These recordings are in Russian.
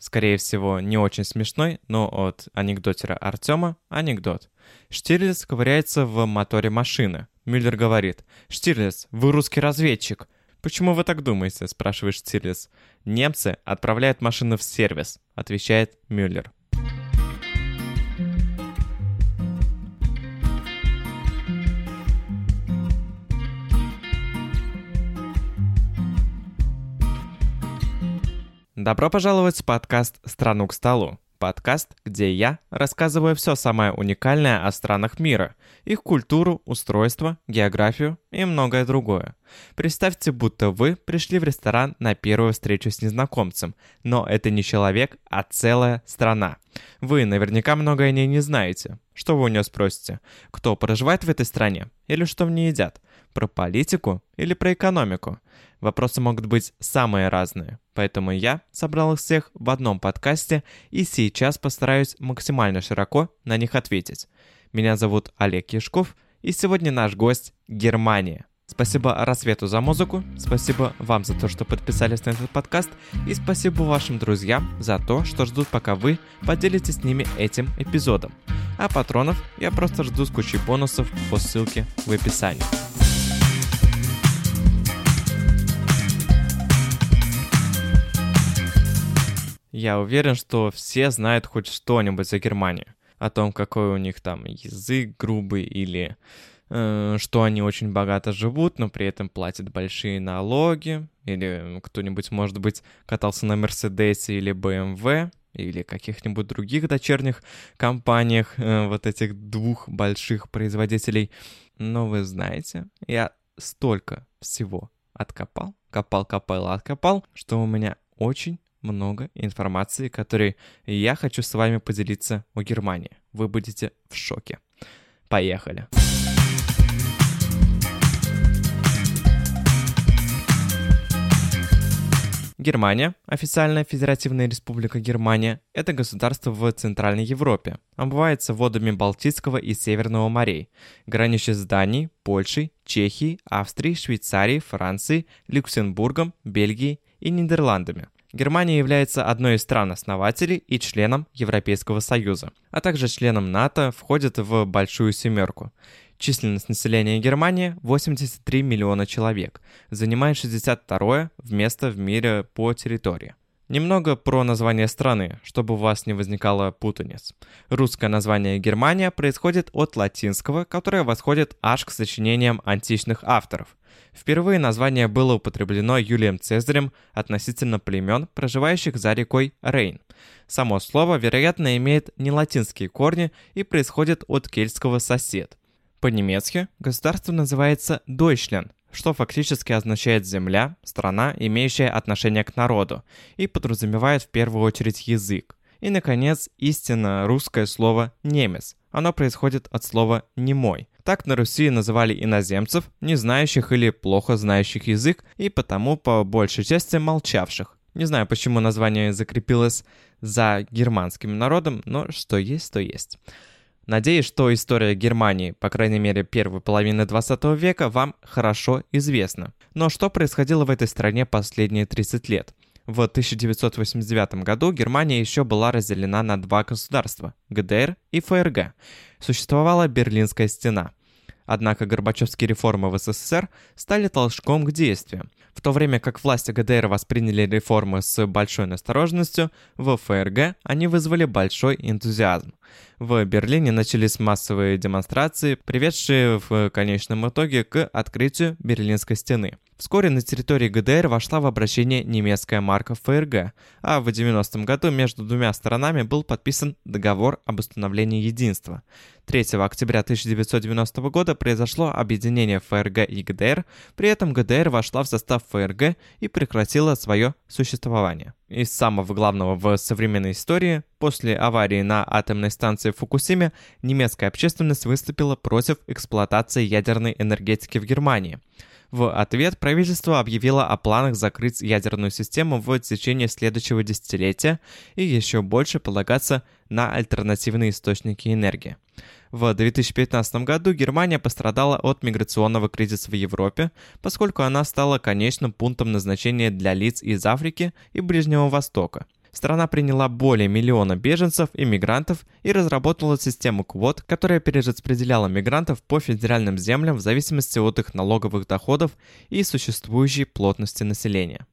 Скорее всего, не очень смешной, но от анекдотера Артема анекдот. Штирлиц ковыряется в моторе машины. Мюллер говорит: «Штирлиц, вы русский разведчик». «Почему вы так думаете?» – спрашивает Штирлиц. «Немцы отправляют машины в сервис», – отвечает Мюллер. Добро пожаловать в подкаст «Страну к столу». Подкаст, где я рассказываю все самое уникальное о странах мира, их культуру, устройство, географию и многое другое. Представьте, будто вы пришли в ресторан на первую встречу с незнакомцем, но это не человек, а целая страна. Вы наверняка многое о ней не знаете. Что вы у нее спросите? Кто проживает в этой стране? Или что в ней едят? Про политику или про экономику? Вопросы могут быть самые разные, поэтому я собрал их всех в одном подкасте и сейчас постараюсь максимально широко на них ответить. Меня зовут Олег Яшков, и сегодня наш гость – Германия. Спасибо Рассвету за музыку, спасибо вам за то, что подписались на этот подкаст, и спасибо вашим друзьям за то, что ждут, пока вы поделитесь с ними этим эпизодом. А патронов я просто жду с кучей бонусов по ссылке в описании. Я уверен, что все знают хоть что-нибудь о Германии. О том, какой у них там язык грубый или что они очень богато живут, но при этом платят большие налоги. Или кто-нибудь, может быть, катался на Мерседесе или БМВ, или каких-нибудь других дочерних компаниях вот этих двух больших производителей. Но вы знаете, я столько всего откопал, копал, что у меня очень много информации, которой я хочу с вами поделиться о Германии. Вы будете в шоке. Поехали! Германия, официальная Федеративная Республика Германия, это государство в Центральной Европе. Омывается водами Балтийского и Северного морей. Граничит с Данией, Польшей, Чехией, Австрией, Швейцарией, Францией, Люксембургом, Бельгией и Нидерландами. Германия является одной из стран-основателей и членом Европейского Союза, а также членом НАТО, входит в Большую Семерку. Численность населения Германии 83 миллиона человек, занимает 62-е место в мире по территории. Немного про название страны, чтобы у вас не возникало путаниц. Русское название Германия происходит от латинского, которое восходит аж к сочинениям античных авторов. Впервые название было употреблено Юлием Цезарем относительно племен, проживающих за рекой Рейн. Само слово, вероятно, имеет нелатинские корни и происходит от кельтского «сосед». По-немецки государство называется Deutschland, что фактически означает «земля», «страна», имеющая отношение к народу, и подразумевает в первую очередь язык. И, наконец, истинно русское слово «немец». Оно происходит от слова «немой». Так на Руси называли иноземцев, не знающих или плохо знающих язык, и потому по большей части молчавших. Не знаю, почему название закрепилось за германским народом, но что есть, то есть. Надеюсь, что история Германии, по крайней мере первой половины 20 века, вам хорошо известна. Но что происходило в этой стране последние 30 лет? В 1989 году Германия еще была разделена на два государства – ГДР и ФРГ. Существовала Берлинская стена. Однако горбачевские реформы в СССР стали толчком к действию. В то время как власти ГДР восприняли реформы с большой настороженностью, в ФРГ они вызвали большой энтузиазм. В Берлине начались массовые демонстрации, приведшие в конечном итоге к открытию Берлинской стены. Вскоре на территории ГДР вошла в обращение немецкая марка ФРГ, а в 90-м году между двумя сторонами был подписан договор об установлении единства. 3 октября 1990 года произошло объединение ФРГ и ГДР, при этом ГДР вошла в состав ФРГ и прекратила свое существование. Из самого главного в современной истории, после аварии на атомной станции в Фукусиме, немецкая общественность выступила против эксплуатации ядерной энергетики в Германии. В ответ правительство объявило о планах закрыть ядерную систему в течение следующего десятилетия и еще больше полагаться на альтернативные источники энергии. В 2015 году Германия пострадала от миграционного кризиса в Европе, поскольку она стала конечным пунктом назначения для лиц из Африки и Ближнего Востока. Страна приняла более миллиона беженцев и мигрантов и разработала систему квот, которая перераспределяла мигрантов по федеральным землям в зависимости от их налоговых доходов и существующей плотности населения.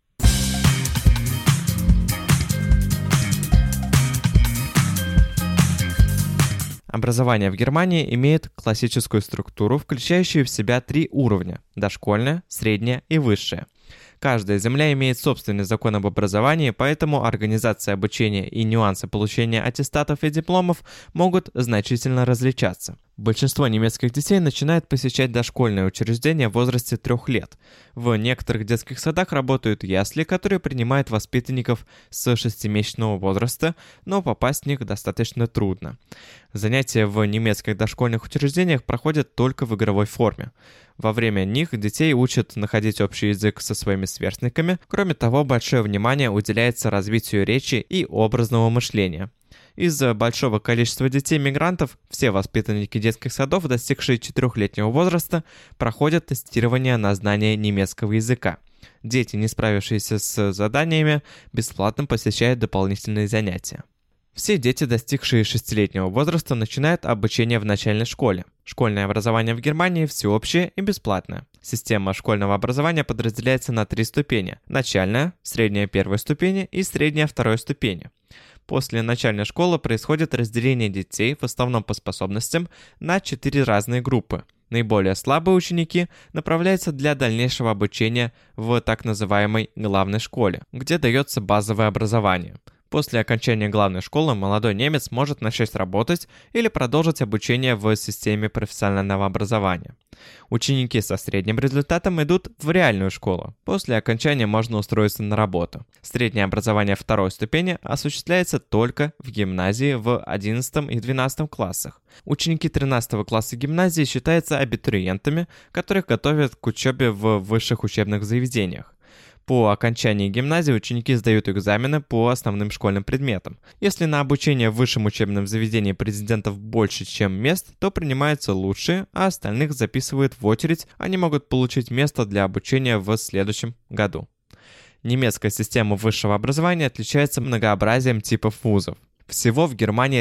Образование в Германии имеет классическую структуру, включающую в себя 3 уровня – дошкольное, среднее и высшее. Каждая земля имеет собственный закон об образовании, поэтому организация обучения и нюансы получения аттестатов и дипломов могут значительно различаться. Большинство немецких детей начинает посещать дошкольное учреждение в возрасте 3 лет. В некоторых детских садах работают ясли, которые принимают воспитанников с 6-месячного возраста, но попасть в них достаточно трудно. Занятия в немецких дошкольных учреждениях проходят только в игровой форме. Во время них детей учат находить общий язык со своими сверстниками. Кроме того, большое внимание уделяется развитию речи и образного мышления. Из-за большого количества детей-мигрантов все воспитанники детских садов, достигшие 4-летнего возраста, проходят тестирование на знание немецкого языка. Дети, не справившиеся с заданиями, бесплатно посещают дополнительные занятия. Все дети, достигшие 6-летнего возраста, начинают обучение в начальной школе. Школьное образование в Германии всеобщее и бесплатное. Система школьного образования подразделяется на 3 ступени – начальная, средняя первой ступени и средняя второй ступени. После начальной школы происходит разделение детей, в основном по способностям, на 4 разные группы. Наиболее слабые ученики направляются для дальнейшего обучения в так называемой главной школе, где дается базовое образование. После окончания главной школы молодой немец может начать работать или продолжить обучение в системе профессионального образования. Ученики со средним результатом идут в реальную школу. После окончания можно устроиться на работу. Среднее образование второй ступени осуществляется только в гимназии в 11 и 12 классах. Ученики 13 класса гимназии считаются абитуриентами, которых готовят к учебе в высших учебных заведениях. По окончании гимназии ученики сдают экзамены по основным школьным предметам. Если на обучение в высшем учебном заведении претендентов больше, чем мест, то принимаются лучшие, а остальных записывают в очередь, они могут получить место для обучения в следующем году. Немецкая система высшего образования отличается многообразием типов вузов. Всего в Германии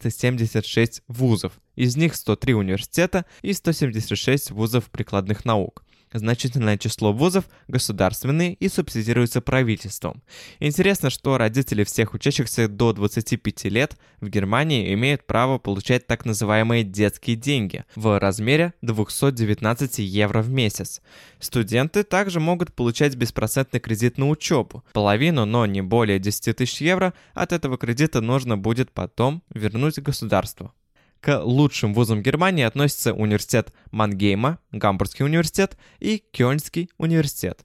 376 вузов, из них 103 университета и 176 вузов прикладных наук. Значительное число вузов государственные и субсидируются правительством. Интересно, что родители всех учащихся до 25 лет в Германии имеют право получать так называемые детские деньги в размере 219 евро в месяц. Студенты также могут получать беспроцентный кредит на учебу. Половину, но не более 10 тысяч евро от этого кредита нужно будет потом вернуть государству. К лучшим вузам Германии относятся университет Мангейма, Гамбургский университет и Кёльнский университет.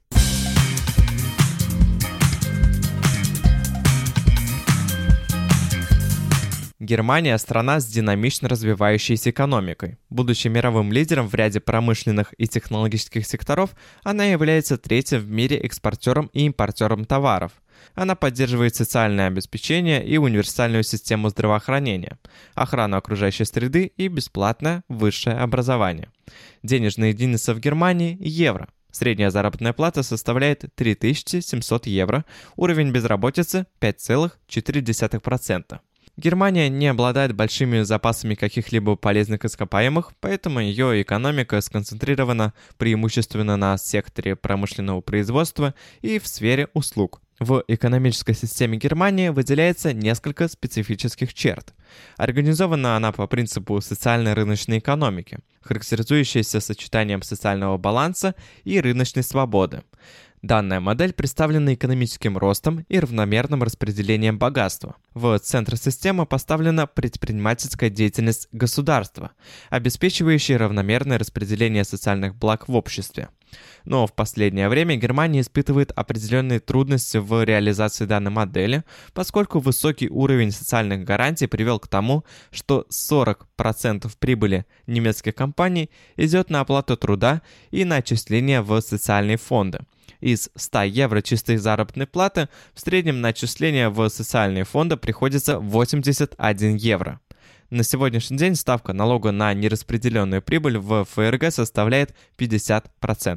Германия – страна с динамично развивающейся экономикой. Будучи мировым лидером в ряде промышленных и технологических секторов, она является третьим в мире экспортером и импортером товаров. Она поддерживает социальное обеспечение и универсальную систему здравоохранения, охрану окружающей среды и бесплатное высшее образование. Денежная единица в Германии – евро. Средняя заработная плата составляет 3700 евро, уровень безработицы – 5,4%. Германия не обладает большими запасами каких-либо полезных ископаемых, поэтому ее экономика сконцентрирована преимущественно на секторе промышленного производства и в сфере услуг. В экономической системе Германии выделяется несколько специфических черт. Организована она по принципу социальной рыночной экономики, характеризующейся сочетанием социального баланса и рыночной свободы. Данная модель представлена экономическим ростом и равномерным распределением богатства. В центр системы поставлена предпринимательская деятельность государства, обеспечивающая равномерное распределение социальных благ в обществе. Но в последнее время Германия испытывает определенные трудности в реализации данной модели, поскольку высокий уровень социальных гарантий привел к тому, что 40% прибыли немецких компаний идет на оплату труда и на отчисления в социальные фонды. Из 100 евро чистой заработной платы в среднем на отчисления в социальные фонды приходится 81 евро. На сегодняшний день ставка налога на нераспределенную прибыль в ФРГ составляет 50%.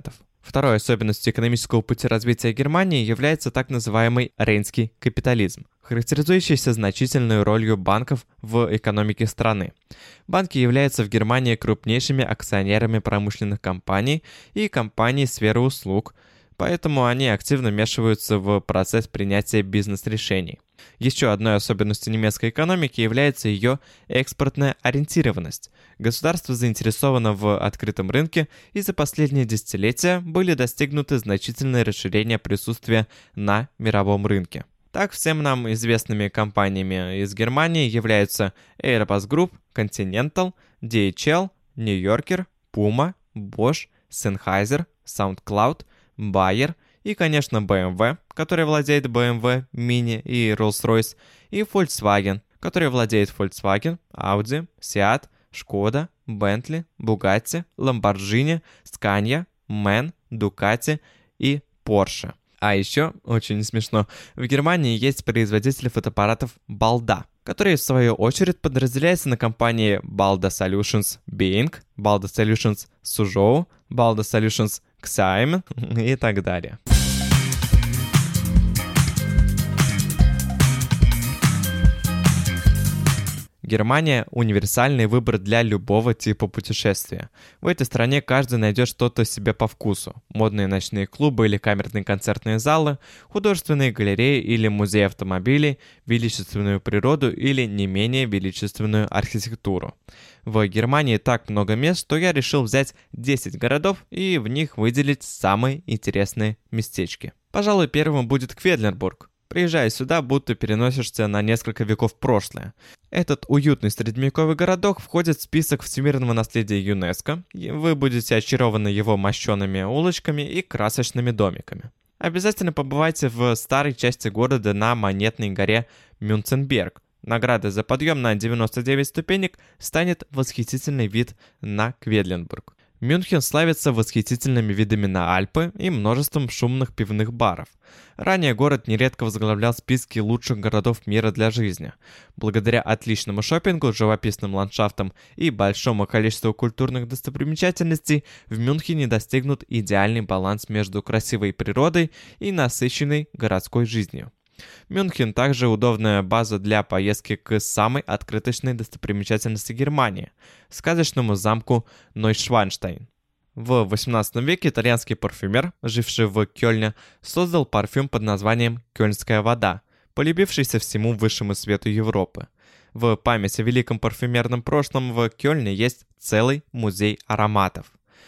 Второй особенностью экономического пути развития Германии является так называемый рейнский капитализм, характеризующийся значительной ролью банков в экономике страны. Банки являются в Германии крупнейшими акционерами промышленных компаний и компаний сферы услуг, поэтому они активно вмешиваются в процесс принятия бизнес-решений. Еще одной особенностью немецкой экономики является ее экспортная ориентированность. Государство заинтересовано в открытом рынке, и за последние десятилетия были достигнуты значительные расширения присутствия на мировом рынке. Так, всем нам известными компаниями из Германии являются Airbus Group, Continental, DHL, New Yorker, Puma, Bosch, Sennheiser, SoundCloud, Bayer и, конечно, BMW, который владеет BMW, Mini и Rolls-Royce, и Volkswagen, который владеет Volkswagen, Audi, Seat, Skoda, Bentley, Bugatti, Lamborghini, Scania, MAN, Ducati и Porsche. А еще, очень смешно, в Германии есть производители фотоаппаратов Balda, которые в свою очередь подразделяются на компании Balda Solutions Bing, Balda Solutions Suzhou, Balda Solutions Xiamen и так далее. Германия – универсальный выбор для любого типа путешествия. В этой стране каждый найдет что-то себе по вкусу. Модные ночные клубы или камерные концертные залы, художественные галереи или музеи автомобилей, величественную природу или не менее величественную архитектуру. В Германии так много мест, что я решил взять 10 городов и в них выделить самые интересные местечки. Пожалуй, первым будет Кведленбург. Приезжая сюда, будто переносишься на несколько веков в прошлое. Этот уютный средневековый городок входит в список всемирного наследия ЮНЕСКО, и вы будете очарованы его мощеными улочками и красочными домиками. Обязательно побывайте в старой части города на монетной горе Мюнценберг. Наградой за подъем на 99 ступенек станет восхитительный вид на Кведленбург. Мюнхен славится восхитительными видами на Альпы и множеством шумных пивных баров. Ранее город нередко возглавлял списки лучших городов мира для жизни. Благодаря отличному шопингу, живописным ландшафтам и большому количеству культурных достопримечательностей, в Мюнхене достигнут идеальный баланс между красивой природой и насыщенной городской жизнью. Мюнхен также удобная база для поездки к самой открыточной достопримечательности Германии – сказочному замку Нойшванштейн. В XVIII веке итальянский парфюмер, живший в Кёльне, создал парфюм под названием «Кёльнская вода», полюбившийся всему высшему свету Европы. В память о великом парфюмерном прошлом в Кёльне есть целый музей ароматов.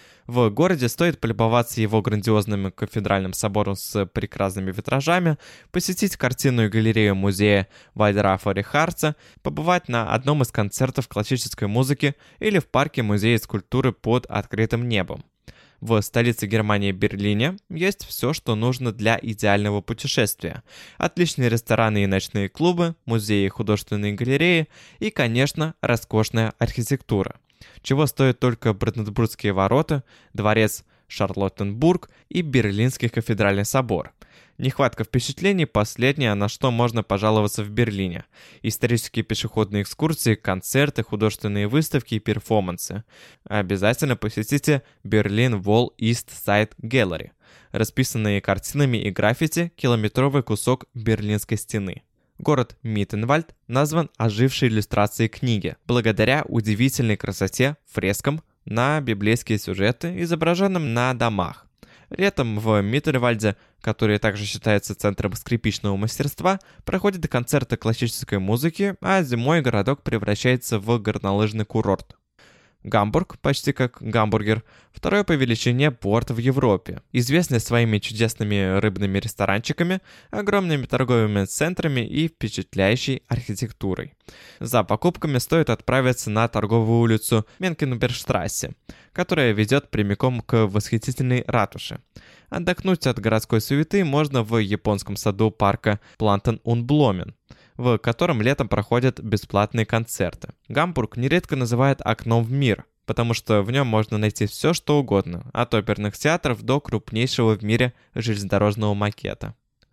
В городе стоит полюбоваться его грандиозным кафедральным собором с прекрасными витражами, посетить картинную галерею музея Вальдрафа Рихарца, побывать на одном из концертов классической музыки или в парке музея скульптуры под открытым небом. В столице Германии Берлине есть все, что нужно для идеального путешествия. Отличные рестораны и ночные клубы, музеи и художественные галереи и, конечно, роскошная архитектура. Чего стоят только Бранденбургские ворота, дворец Шарлоттенбург и Берлинский кафедральный собор. Нехватка впечатлений – последнее, на что можно пожаловаться в Берлине. Исторические пешеходные экскурсии, концерты, художественные выставки и перформансы. Обязательно посетите Berlin Wall East Side Gallery, расписанные картинами и граффити километровый кусок Берлинской стены. Город Миттенвальд назван ожившей иллюстрацией книги, благодаря удивительной красоте фрескам на библейские сюжеты, изображенным на домах. Летом в Миттенвальде, который также считается центром скрипичного мастерства, проходят концерты классической музыки, а зимой городок превращается в горнолыжный курорт. Гамбург, почти как гамбургер, второй по величине порт в Европе, известный своими чудесными рыбными ресторанчиками, огромными торговыми центрами и впечатляющей архитектурой. За покупками стоит отправиться на торговую улицу Менкенбергштрассе, которая ведет прямиком к восхитительной ратуше. Отдохнуть от городской суеты можно в японском саду парка Плантен und Blumen, в котором летом проходят бесплатные концерты. Гамбург нередко называют окном в мир, потому что в нем можно найти все, что угодно, от оперных театров до крупнейшего в мире железнодорожного макета.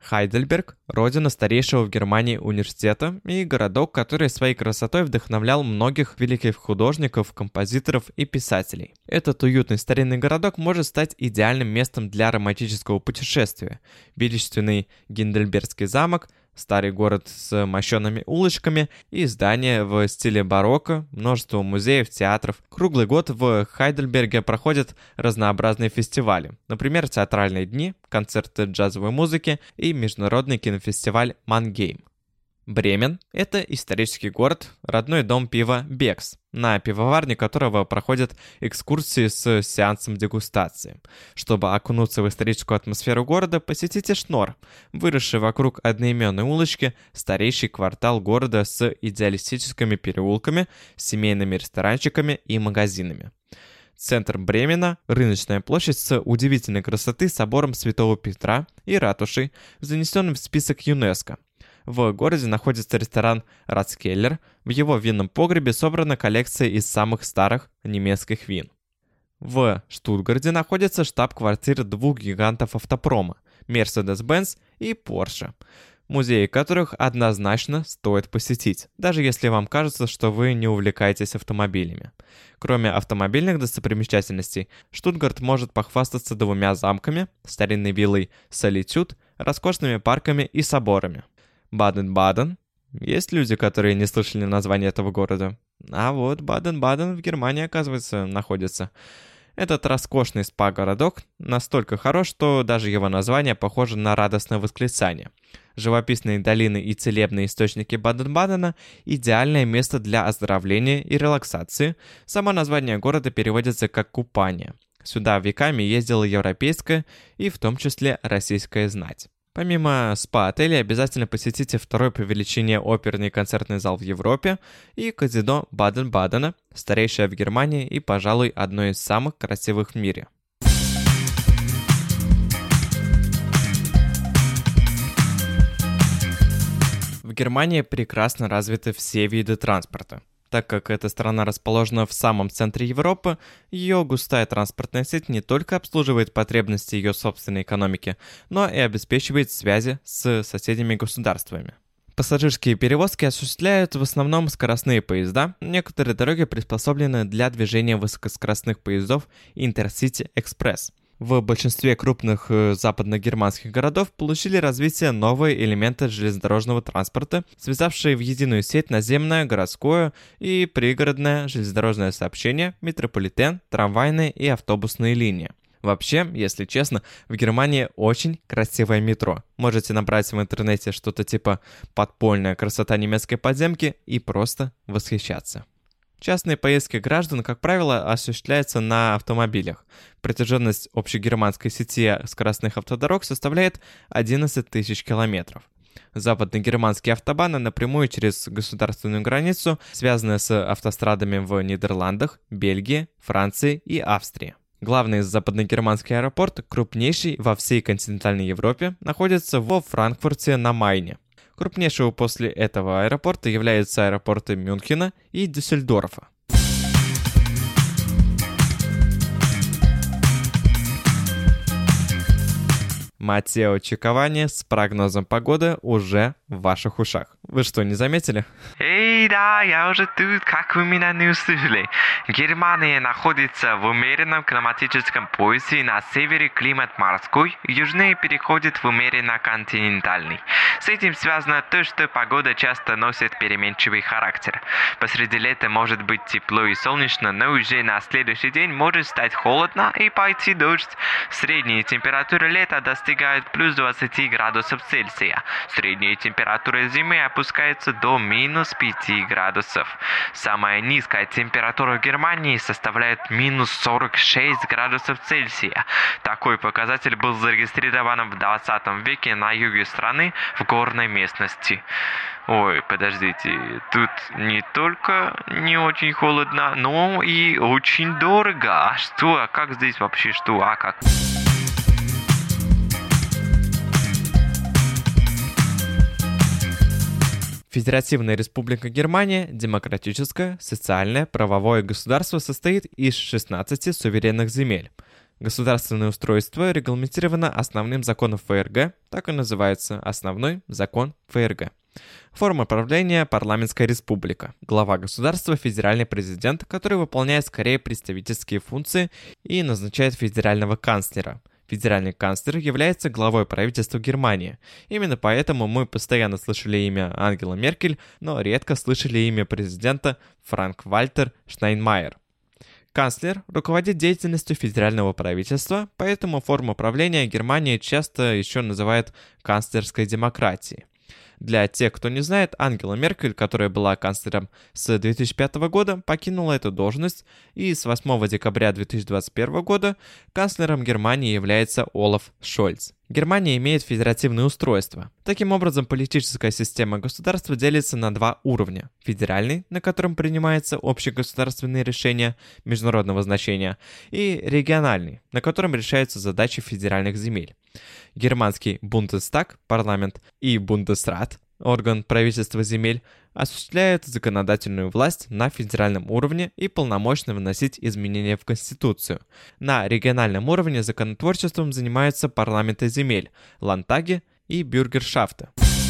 Хайдельберг – родина старейшего в Германии университета и городок, который своей красотой вдохновлял многих великих художников, композиторов и писателей. Этот уютный старинный городок может стать идеальным местом для романтического путешествия. Величественный Гиндельбергский замок, старый город с мощенными улочками и здания в стиле барокко, множество музеев, театров. Круглый год в Хайдельберге проходят разнообразные фестивали, например, театральные дни, концерты джазовой музыки и международный кинофестиваль Мангейм. Бремен – это исторический город, родной дом пива «Бекс», на пивоварне которого проходят экскурсии с сеансом дегустации. Чтобы окунуться в историческую атмосферу города, посетите Шнор, выросший вокруг одноименной улочки, старейший квартал города с идеалистическими переулками, семейными ресторанчиками и магазинами. Центр Бремена – рыночная площадь с удивительной красоты собором Святого Петра и ратушей, занесенным в список ЮНЕСКО. В городе находится ресторан «Ратскеллер». В его винном погребе собрана коллекция из самых старых немецких вин. В Штутгарте находится штаб-квартира двух гигантов автопрома – Mercedes-Benz и Porsche, музеи которых однозначно стоит посетить, даже если вам кажется, что вы не увлекаетесь автомобилями. Кроме автомобильных достопримечательностей, Штутгарт может похвастаться двумя замками, старинной виллой Солитюд, роскошными парками и соборами. Баден-Баден. Есть люди, которые не слышали название этого города. А вот Баден-Баден в Германии, оказывается, находится. Этот роскошный спа-городок настолько хорош, что даже его название похоже на радостное восклицание. Живописные долины и целебные источники Баден-Бадена – идеальное место для оздоровления и релаксации. Само название города переводится как «купание». Сюда веками ездила европейская и в том числе российская знать. Помимо спа-отелей, обязательно посетите второй по величине оперный концертный зал в Европе и казино Баден-Бадена, старейшее в Германии и, пожалуй, одно из самых красивых в мире. В Германии прекрасно развиты все виды транспорта. Так как эта страна расположена в самом центре Европы, ее густая транспортная сеть не только обслуживает потребности ее собственной экономики, но и обеспечивает связи с соседними государствами. Пассажирские перевозки осуществляют в основном скоростные поезда. Некоторые дороги приспособлены для движения высокоскоростных поездов Intercity Express. В большинстве крупных западногерманских городов получили развитие новые элементы железнодорожного транспорта, связавшие в единую сеть наземное, городское и пригородное железнодорожное сообщение, метрополитен, трамвайные и автобусные линии. Вообще, если честно, в Германии очень красивое метро. Можете набрать в интернете что-то типа «подпольная красота немецкой подземки» и просто восхищаться. Частные поездки граждан, как правило, осуществляются на автомобилях. Протяженность общегерманской сети скоростных автодорог составляет 11 тысяч километров. Западногерманские автобаны напрямую через государственную границу связаны с автострадами в Нидерландах, Бельгии, Франции и Австрии. Главный западногерманский аэропорт, крупнейший во всей континентальной Европе, находится во Франкфурте на Майне. Крупнейшего после этого аэропорта являются аэропорты Мюнхена и Дюссельдорфа. Матео Чиковани с прогнозом погоды уже в ваших ушах. Вы что, не заметили? Эй, да, я уже тут, как вы меня не услышали. Германия находится в умеренном климатическом поясе, на севере климат морской, южнее переходит в умеренно-континентальный. С этим связано то, что погода часто носит переменчивый характер. Посреди лета может быть тепло и солнечно, но уже на следующий день может стать холодно и пойти дождь. Средние температуры лета достигают плюс 20 градусов Цельсия. Средняя температура зимы опускается до минус 5 градусов. Самая низкая температура в Германии составляет минус 46 градусов Цельсия. Такой показатель был зарегистрирован в 20 веке на юге страны в горной местности. Ой, подождите, тут не только не очень холодно, но и очень дорого. А что? А как здесь вообще что? А как? Федеративная Республика Германия – демократическое, социальное, правовое государство состоит из 16 суверенных земель. Государственное устройство регламентировано основным законом ФРГ, так и называется «Основной закон ФРГ». Форма правления – парламентская республика. Глава государства – федеральный президент, который выполняет скорее представительские функции и назначает федерального канцлера. Федеральный канцлер является главой правительства Германии. Именно поэтому мы постоянно слышали имя Ангела Меркель, но редко слышали имя президента Франк-Вальтер Штайнмайер. Канцлер руководит деятельностью федерального правительства, поэтому форму правления Германии часто еще называют канцлерской демократией. Для тех, кто не знает, Ангела Меркель, которая была канцлером с 2005 года, покинула эту должность, и с 8 декабря 2021 года канцлером Германии является Олаф Шольц. Германия имеет федеративное устройство. Таким образом, политическая система государства делится на два уровня. Федеральный, на котором принимаются общегосударственные решения международного значения, и региональный, на котором решаются задачи федеральных земель. Германский Бундестаг, парламент, и Бундесрат, орган правительства земель, осуществляют законодательную власть на федеральном уровне и полномочны вносить изменения в Конституцию. На региональном уровне законотворчеством занимаются парламенты земель, ландтаги и бюргершафты.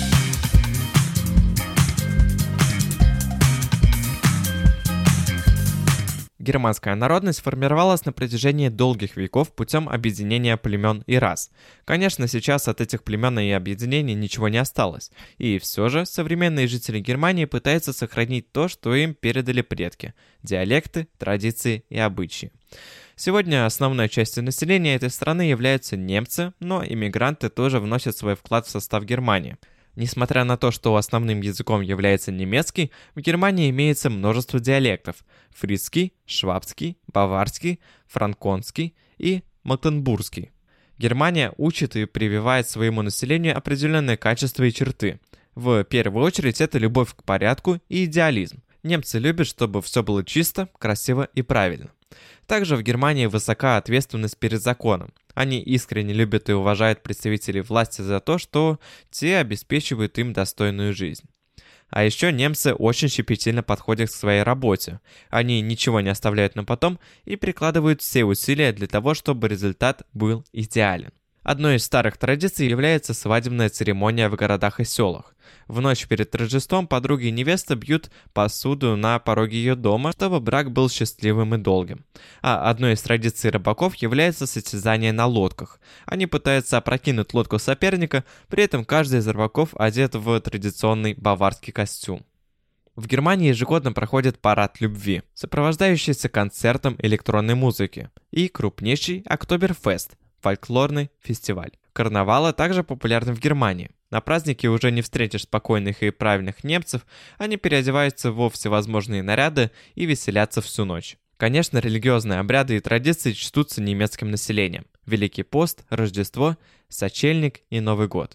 Германская народность формировалась на протяжении долгих веков путем объединения племен и рас. Конечно, сейчас от этих племен и объединений ничего не осталось. И все же современные жители Германии пытаются сохранить то, что им передали предки – диалекты, традиции и обычаи. Сегодня основной частью населения этой страны являются немцы, но иммигранты тоже вносят свой вклад в состав Германии. Несмотря на то, что основным языком является немецкий, в Германии имеется множество диалектов – фризский, швабский, баварский, франконский и магдебургский. Германия учит и прививает своему населению определенные качества и черты. В первую очередь это любовь к порядку и идеализм. Немцы любят, чтобы все было чисто, красиво и правильно. Также в Германии высока ответственность перед законом. Они искренне любят и уважают представителей власти за то, что те обеспечивают им достойную жизнь. А еще немцы очень щепетильно подходят к своей работе. Они ничего не оставляют на потом и прикладывают все усилия для того, чтобы результат был идеален. Одной из старых традиций является свадебная церемония в городах и селах. В ночь перед Рождеством подруги и невеста бьют посуду на пороге ее дома, чтобы брак был счастливым и долгим. А одной из традиций рыбаков является состязание на лодках. Они пытаются опрокинуть лодку соперника, при этом каждый из рыбаков одет в традиционный баварский костюм. В Германии ежегодно проходит парад любви, сопровождающийся концертом электронной музыки, и крупнейший Октоберфест – фольклорный фестиваль. Карнавалы также популярны в Германии. На празднике уже не встретишь спокойных и правильных немцев, они переодеваются во всевозможные наряды и веселятся всю ночь. Конечно, религиозные обряды и традиции чтутся немецким населением. Великий пост, Рождество, Сочельник и Новый год.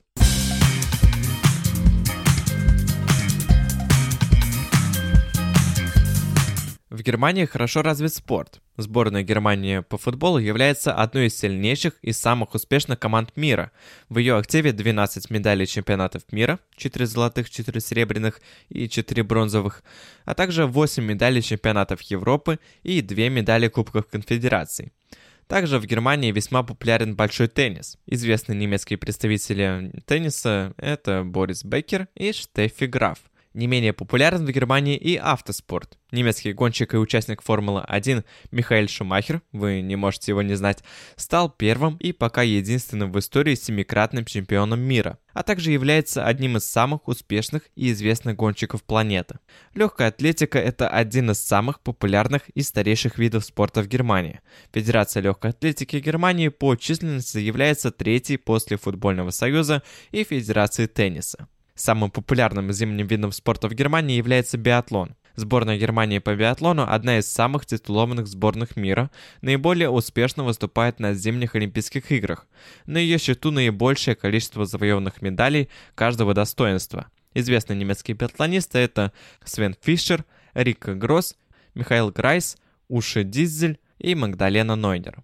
В Германии хорошо развит спорт. Сборная Германии по футболу является одной из сильнейших и самых успешных команд мира. В ее активе 12 медалей чемпионатов мира, 4 золотых, 4 серебряных и 4 бронзовых, а также 8 медалей чемпионатов Европы и 2 медали Кубков Конфедераций. Также в Германии весьма популярен большой теннис. Известные немецкие представители тенниса – это Борис Беккер и Штеффи Граф. Не менее популярен в Германии и автоспорт. Немецкий гонщик и участник Формулы-1 Михаэль Шумахер, вы не можете его не знать, стал первым и пока единственным в истории семикратным чемпионом мира, а также является одним из самых успешных и известных гонщиков планеты. Легкая атлетика – это один из самых популярных и старейших видов спорта в Германии. Федерация легкой атлетики Германии по численности является третьей после футбольного союза и Федерации тенниса. Самым популярным зимним видом спорта в Германии является биатлон. Сборная Германии по биатлону – одна из самых титулованных сборных мира, наиболее успешно выступает на зимних Олимпийских играх. На ее счету наибольшее количество завоеванных медалей каждого достоинства. Известные немецкие биатлонисты – это Свен Фишер, Рика Гросс, Михаил Грайс, Уши Дизель и Магдалена Нойдер.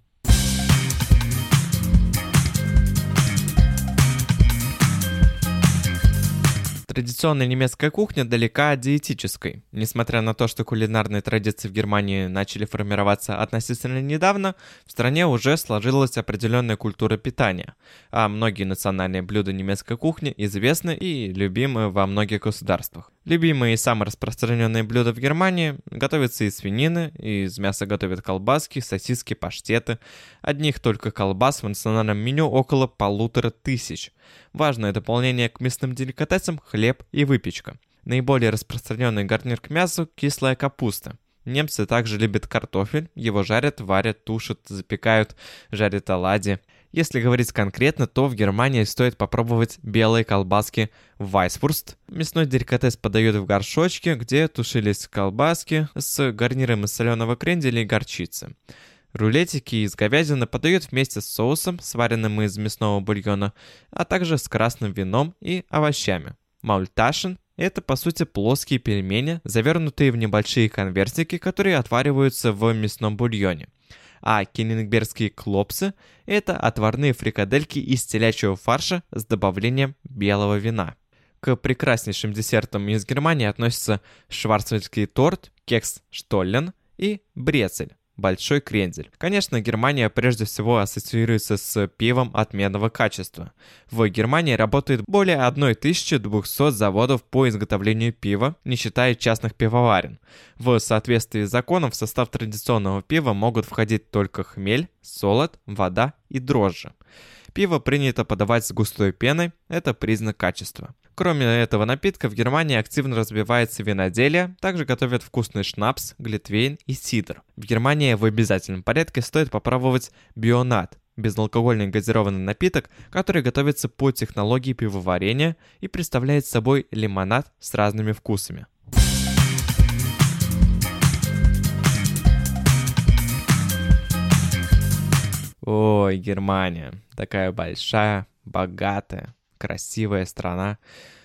Традиционная немецкая кухня далека от диетической. Несмотря на то, что кулинарные традиции в Германии начали формироваться относительно недавно, в стране уже сложилась определенная культура питания, а многие национальные блюда немецкой кухни известны и любимы во многих государствах. Любимые и самые распространенные блюда в Германии готовятся из свинины, из мяса готовят колбаски, сосиски, паштеты. Одних только колбас в национальном меню около 1500. Важное дополнение к мясным деликатесам – хлеб и выпечка. Наиболее распространенный гарнир к мясу – кислая капуста. Немцы также любят картофель, его жарят, варят, тушат, запекают, жарят оладьи. Если говорить конкретно, то в Германии стоит попробовать белые колбаски Weisswurst. Мясной деликатес подают в горшочке, где тушились колбаски с гарниром из соленого кренделя и горчицы. Рулетики из говядины подают вместе с соусом, сваренным из мясного бульона, а также с красным вином и овощами. Маульташен – это, по сути, плоские пельмени, завернутые в небольшие конвертики, которые отвариваются в мясном бульоне. А кёнигсбергские клопсы – это отварные фрикадельки из телячьего фарша с добавлением белого вина. К прекраснейшим десертам из Германии относятся шварцвальдский торт, кекс штоллен и брецель. Большой крендель. Конечно, Германия прежде всего ассоциируется с пивом отменного качества. В Германии работает более 1200 заводов по изготовлению пива, не считая частных пивоварен. В соответствии с законом в состав традиционного пива могут входить только хмель, солод, вода и дрожжи. Пиво принято подавать с густой пеной, это признак качества. Кроме этого напитка, в Германии активно развивается виноделие, также готовят вкусный шнапс, глинтвейн и сидр. В Германии в обязательном порядке стоит попробовать бионат – безалкогольный газированный напиток, который готовится по технологии пивоварения и представляет собой лимонад с разными вкусами. Ой, Германия, такая большая, богатая, красивая страна.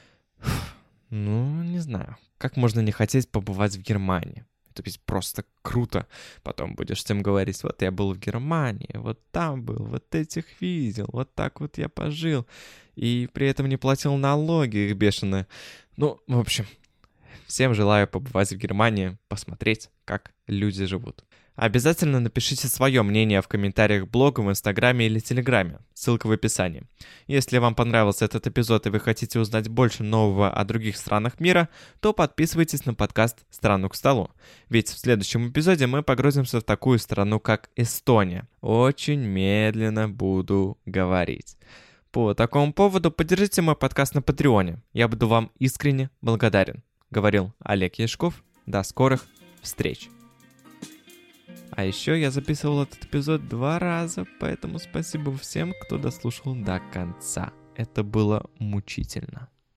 Ну, не знаю, как можно не хотеть побывать в Германии? Это ведь просто круто. Потом будешь всем говорить, вот я был в Германии, вот там был, вот этих видел, вот так вот я пожил. И при этом не платил налоги их бешеные. Ну, в общем, всем желаю побывать в Германии, посмотреть, как люди живут. Обязательно напишите свое мнение в комментариях блога, в Инстаграме или Телеграме. Ссылка в описании. Если вам понравился этот эпизод и вы хотите узнать больше нового о других странах мира, то подписывайтесь на подкаст «Страну к столу». Ведь в следующем эпизоде мы погрузимся в такую страну, как Эстония. Очень медленно буду говорить. По такому поводу поддержите мой подкаст на Патреоне. Я буду вам искренне благодарен. Говорил Олег Яшков. До скорых встреч. А еще я записывал этот эпизод 2 раза, поэтому спасибо всем, кто дослушал до конца. Это было мучительно.